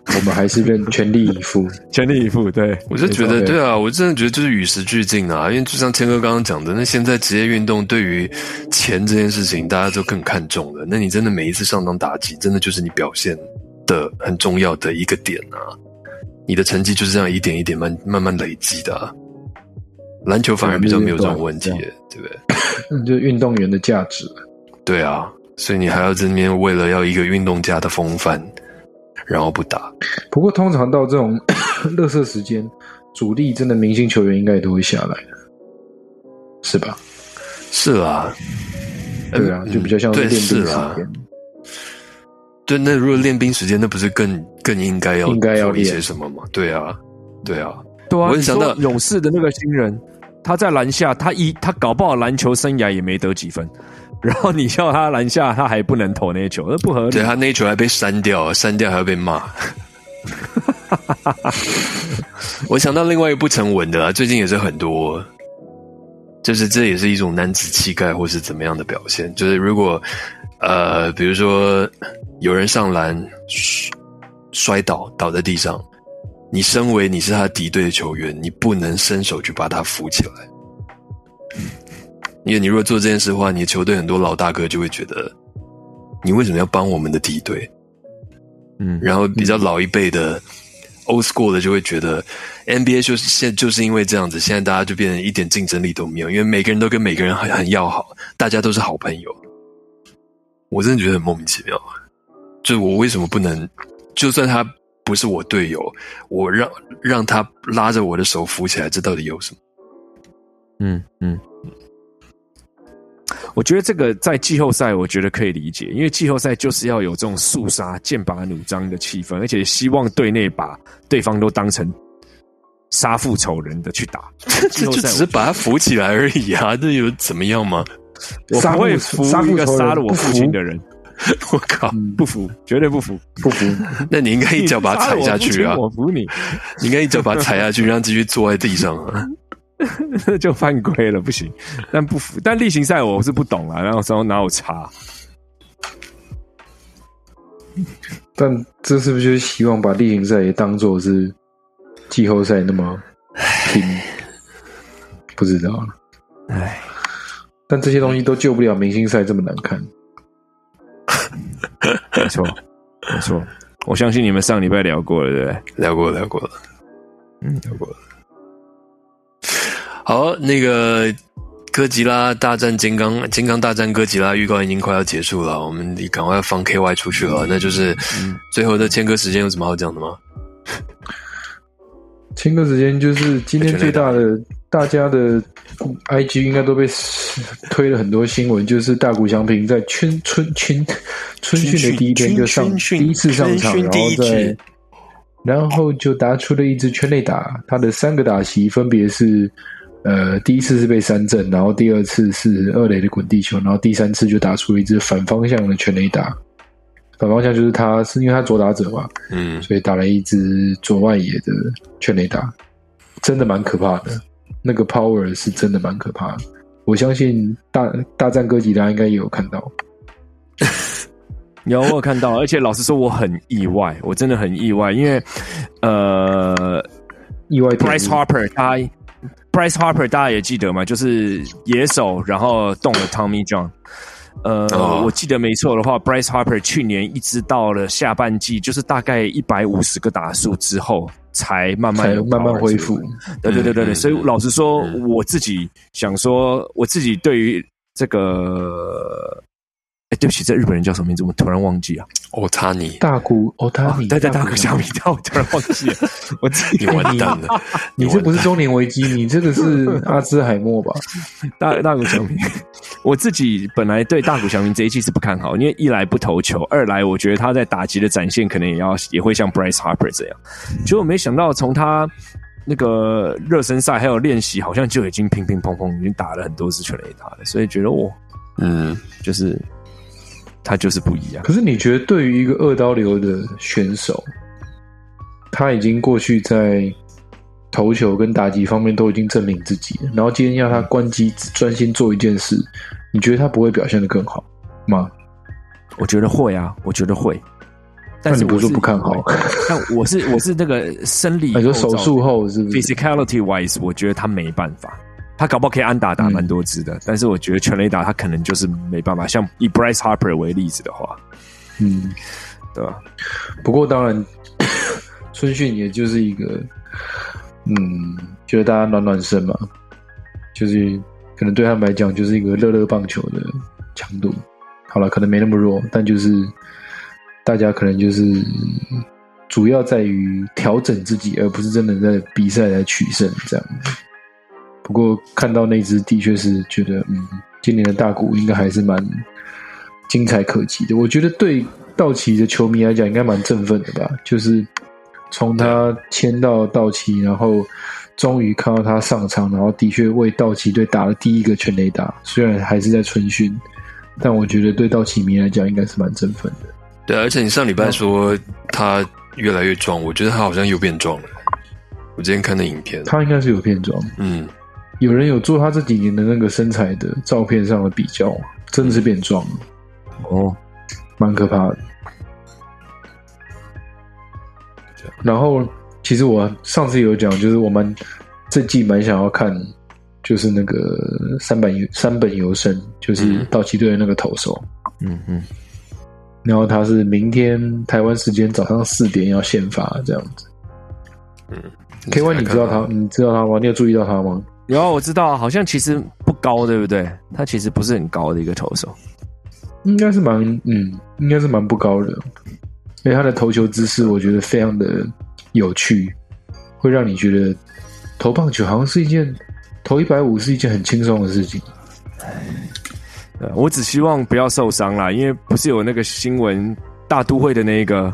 我们还是全力以赴， 全力以赴。对， 我就觉得，对啊，我真的觉得就是与时俱进啊。因为就像谦哥刚刚讲的，那现在职业运动对于钱这件事情，大家都更看重了。那你真的每一次上场打击，真的就是你表现的很重要的一个点啊。你的成绩就是这样一点一点慢慢累积的啊。篮球反而比较没有这种问题，对不对？ 就是运动员的价值。 对啊，所以你还要在那边为了要一个运动家的风范，然后不打。 不过通常到这种垃圾时间，主力真的明星球员应该也都会下来的，是吧？ 是啊， 对啊，就比较像是练兵时间。 对，那如果练兵时间，那不是更应该要做一些什么吗？对啊，对啊， 对啊。 我很想到勇士的那个新人，他在篮下，他搞不好篮球生涯也没得几分。然后你叫他篮下，他还不能投那些球，那不合理。 对，他那一球还被删掉还要被骂。我想到另外一个不成文的最近也是很多，就是这也是一种男子气概或是怎么样的表现。就是如果比如说有人上篮摔倒在地上，你身为你是他敌对的球员，你不能伸手去把他扶起来。因为你如果做这件事的话，你的球队很多老大哥就会觉得你为什么要帮我们的敌对？然后比较老一辈的 old school 的就会觉得 NBA 就是因为这样子，现在大家就变成一点竞争力都没有，因为每个人都跟每个人很要好，大家都是好朋友。我真的觉得很莫名其妙，就是我为什么不能，就算他不是我队友，我让他拉着我的手扶起来，这到底有什么？ 我觉得这个在季后赛，我觉得可以理解，因为季后赛就是要有这种肃杀、剑拔弩张的气氛，而且希望队内把对方都当成杀父仇人的去打。 这就只是把他扶起来而已啊，这有怎么样吗？ 我不会扶一个杀了我父亲的人。 我靠， 不服，绝对不服， 不服。 那你应该一脚把他踩下去啊！ 我服你， 你应该一脚把他踩下去，让他继续坐在地上啊。 那就犯规了，不行。但不服，但例行赛我是不懂啊，然后时候哪有差？ 但这是不是就是希望把例行赛也当作是季后赛那么拼？不知道了。 唉， 但这些东西都救不了明星赛这么难看。 没错，没错。我相信你们上礼拜聊过了，对不对？ 聊过了。聊过了。好，那个哥吉拉大战金刚大战哥吉拉预告已经快要结束了，我们赶快放 KY 出去了。那就是最后的签歌时间有什么好讲的吗？ 签歌时间就是今天最大的，大家的 IG 应该都被推了很多新闻，就是大谷翔平在春训的第一天就第一次上场，然后就打出了一支全垒打。他的3个打席分别是第一次是被三振，然后第二次是二垒的滚地球，然后第三次就打出了一支反方向的全垒打。反方向就是他是因为他左打者嘛，所以打了一支左外野的全垒打，真的蛮可怕的。那个 power 是真的蛮可怕的。我相信大战哥吉拉应该也有看到。 有，我有看到，而且老实说我很意外，我真的很意外，因为意外 Bryce Harper 大家也记得嘛，就是野手，然后动了 Tommy John。我记得没错的话 ，Bryce Harper 去年一直到了下半季，就是大概150个打数之后，才慢慢恢复。 对，所以老实说，我自己想说，我自己对于这个，对不起，这日本人叫什么名字？我突然忘记啊。 大谷欧塔尼， 对，大谷翔平，我突然忘记了，我自己完蛋了。 你这不是中年危机，你这个是阿兹海默吧？ 大谷翔平，我自己本来对大谷翔平这一季是不看好，因为一来不投球，二来我觉得他在打击的展现可能也会像 Bryce Harper 这样，结果没想到从他那个热身赛还有练习，好像就已经乒乒乓乓已经打了很多次全垒打了，所以觉得就是他就是不一样。 可是你觉得对于一个2刀流的选手，他已经过去在投球跟打击方面都已经证明自己了，然后今天要他关机专心做一件事，你觉得他不会表现得更好吗？ 我觉得会啊，我觉得会。 但是我是不看好。 但我是那个生理， 你说手术后是不是 ？Physicality wise， 我觉得他没办法。他搞不好可以安打蛮多支的，但是我觉得全垒打他可能就是没办法。像以 Bryce Harper 为例子的话，对吧？ 不过当然，春训也就是一个，觉得大家暖暖身嘛，就是可能对他们来讲就是一个热棒球的强度。好了，可能没那么弱，但就是大家可能就是主要在于调整自己，而不是真的在比赛来取胜这样。不过看到那支的确是觉得，今年的大谷应该还是蛮精彩可期的。我觉得对道奇的球迷来讲，应该蛮振奋的吧。就是从他签到道奇，然后终于看到他上场，然后的确为道奇队打了第一个全垒打，虽然还是在春训，但我觉得对道奇迷来讲，应该是蛮振奋的。 对，而且你上礼拜说他越来越壮，我觉得他好像又变壮了。我之前看的影片， 他应该是有变壮。有人有做他这几年的那个身材的照片上的比较，真的是变壮了。蛮可怕的。然后，其实我上次有讲，就是我们这季蛮想要看，就是那个山本由伸，就是道奇队的那个投手。然后他是明天台湾时间早上4点要先发这样子。K1 你知道他吗？你有注意到他吗？ 有啊，我知道，好像其实不高，对不对？他其实不是很高的一个投手， 应该是蛮不高的。因为他的投球姿势，我觉得非常的有趣，会让你觉得投棒球好像是投150是一件很轻松的事情。 我只希望不要受伤啦，因为不是有那个新闻，大都会的那个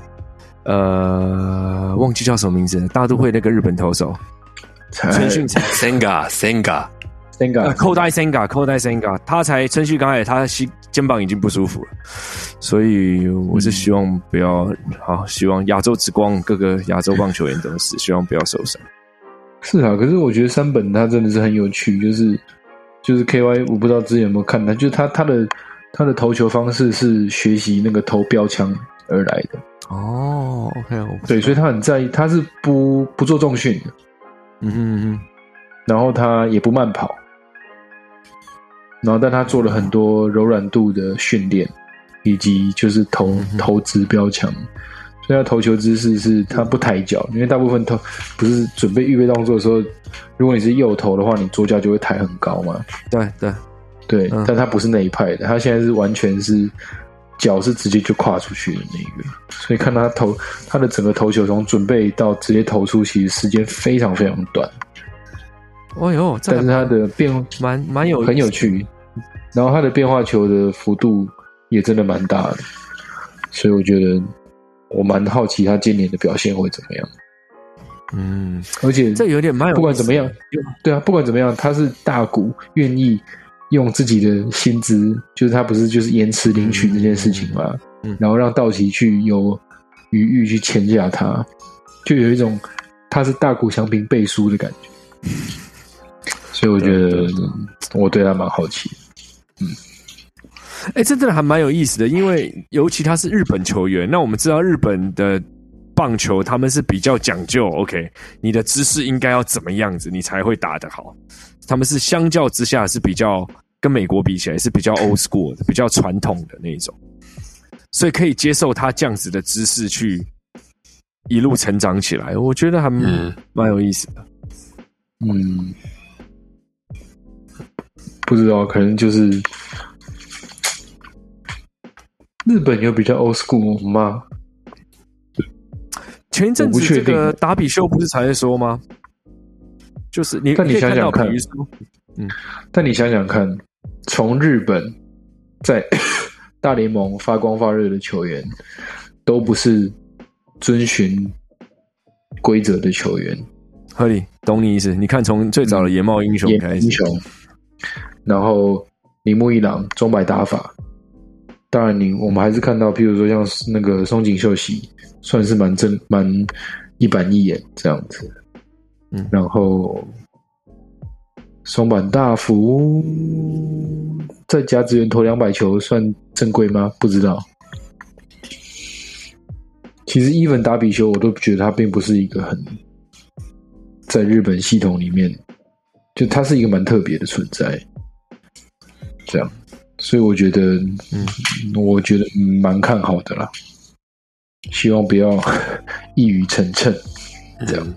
忘记叫什么名字，大都会那个日本投手。春训 Senga Kodai Senga， 他才春训刚开始，他肩膀已经不舒服了，所以我是希望不要希望亚洲之光各个亚洲棒球员都是希望不要受伤。 是啊，可是我觉得山本他真的是很有趣，就是 KY 我不知道之前有没有看他，就是他的投球方式是学习那个投标枪而来的。 OK， 对，所以他很在意，他是不做重训的。然后他也不慢跑，然后但他做了很多柔软度的训练，以及就是投掷标枪，所以他投球姿势是他不抬脚，因为大部分不是准备预备动作的时候，如果你是右投的话，你左脚就会抬很高嘛。对，但他不是那一派的，他现在是完全是脚是直接就跨出去的那个，所以看他的整个投球从准备到直接投出，其实时间非常非常短。但是他的蛮有很有趣，然后他的变化球的幅度也真的蛮大的，所以我觉得我蛮好奇他今年的表现会怎么样。而且这有点蛮有意思， 不管怎么样，对啊，不管怎么样，他是大谷愿意用自己的薪资，就是他不是就是延迟领取这件事情嘛，然后让道奇去有余裕去签下他，就有一种他是大谷翔平背书的感觉。所以我觉得我对他蛮好奇的。这真的还蛮有意思的，因为尤其他是日本球员，那我们知道日本的棒球他们是比较讲究 OK， 你的姿势应该要怎么样子你才会打得好，他们是相较之下是比较跟美国比起来是比较 old school 的，比较传统的那种，所以可以接受他这样子的姿势去一路成长起来，我觉得还蛮有意思的。 不知道，可能就是日本有比较 old school 吗？ 前一阵子这个达比修不是才在说吗？就是但你想想看，但你想想看，从日本在大联盟发光发热的球员，都不是遵循规则的球员。 合理，懂你意思。你看，从最早的野茂英雄开始， 然后铃木一郎中摆打法，当然我们还是看到，譬如说像那个松井秀喜，算是蛮一板一眼这样子。然后松坂大辅在甲子园投200球算正规吗？不知道。 其实伊文达比修我都觉得他并不是一个很在日本系统里面，就他是一个蛮特别的存在，这样，所以我觉得蛮看好的啦，希望不要一语成谶，这样。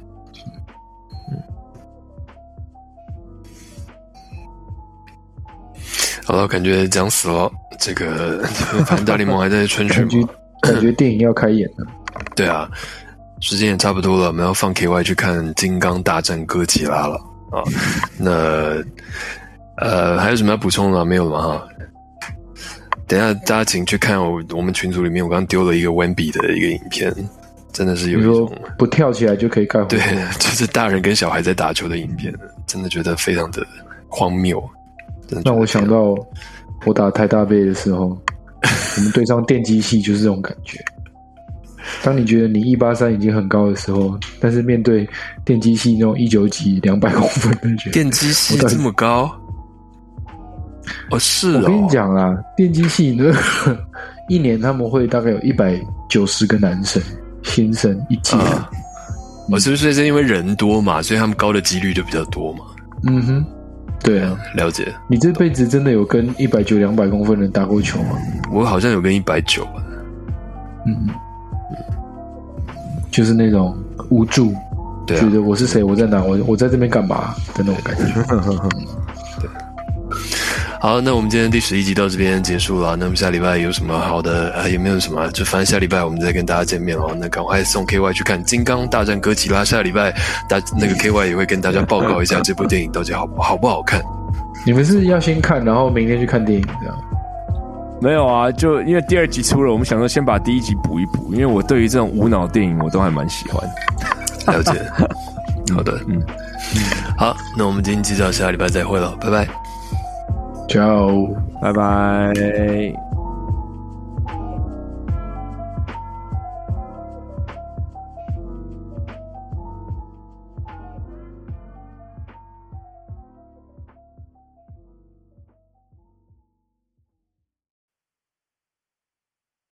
好了，感觉讲死了。这个反正大联盟还在春训嘛， 感觉电影要开演了。 对啊，时间也差不多了，我们要放 KY 去看《金刚大战哥吉拉》了啊。那还有什么要补充的吗？没有了吗？哈。等一下大家请去看我们群组里面，我刚丢了一个 Wemby 的一个影片，真的是有一种不跳起来就可以盖火。 对，就是大人跟小孩在打球的影片，真的觉得非常的荒谬。 让我想到我打台大杯的时候，我们对上电机系就是这种感觉。当你觉得你183已经很高的时候，但是面对电机系那种19几200公分的人， 电机系这么高？哦，是哦。 我跟你讲啦，电机系呢，一年他们会大概有190个男生新生一届。 我是不是因为人多嘛，所以他们高的几率就比较多嘛？ 嗯哼。对啊， 了解。 你这辈子真的有跟190、200公分的人打过球吗？ 我好像有跟190。 就是那种无助， 对啊， 觉得我是谁，我在哪，我在这边干嘛的那种感觉。 对。好，那我们今天第11集到这边结束了。那么下礼拜有什么好的也没有什么，就反正下礼拜我们再跟大家见面哦。那赶快送 KY 去看《金刚大战哥吉拉》，下礼拜那个 KY 也会跟大家报告一下这部电影到底好不好看。 你们是要先看，然后明天去看电影这样？ 没有啊，就因为第2集出了，我们想说先把第1集补一补，因为我对于这种无脑电影我都还蛮喜欢。 了解。好的，好，那我们今天就到下礼拜再会了，拜拜。 ciao， 拜拜。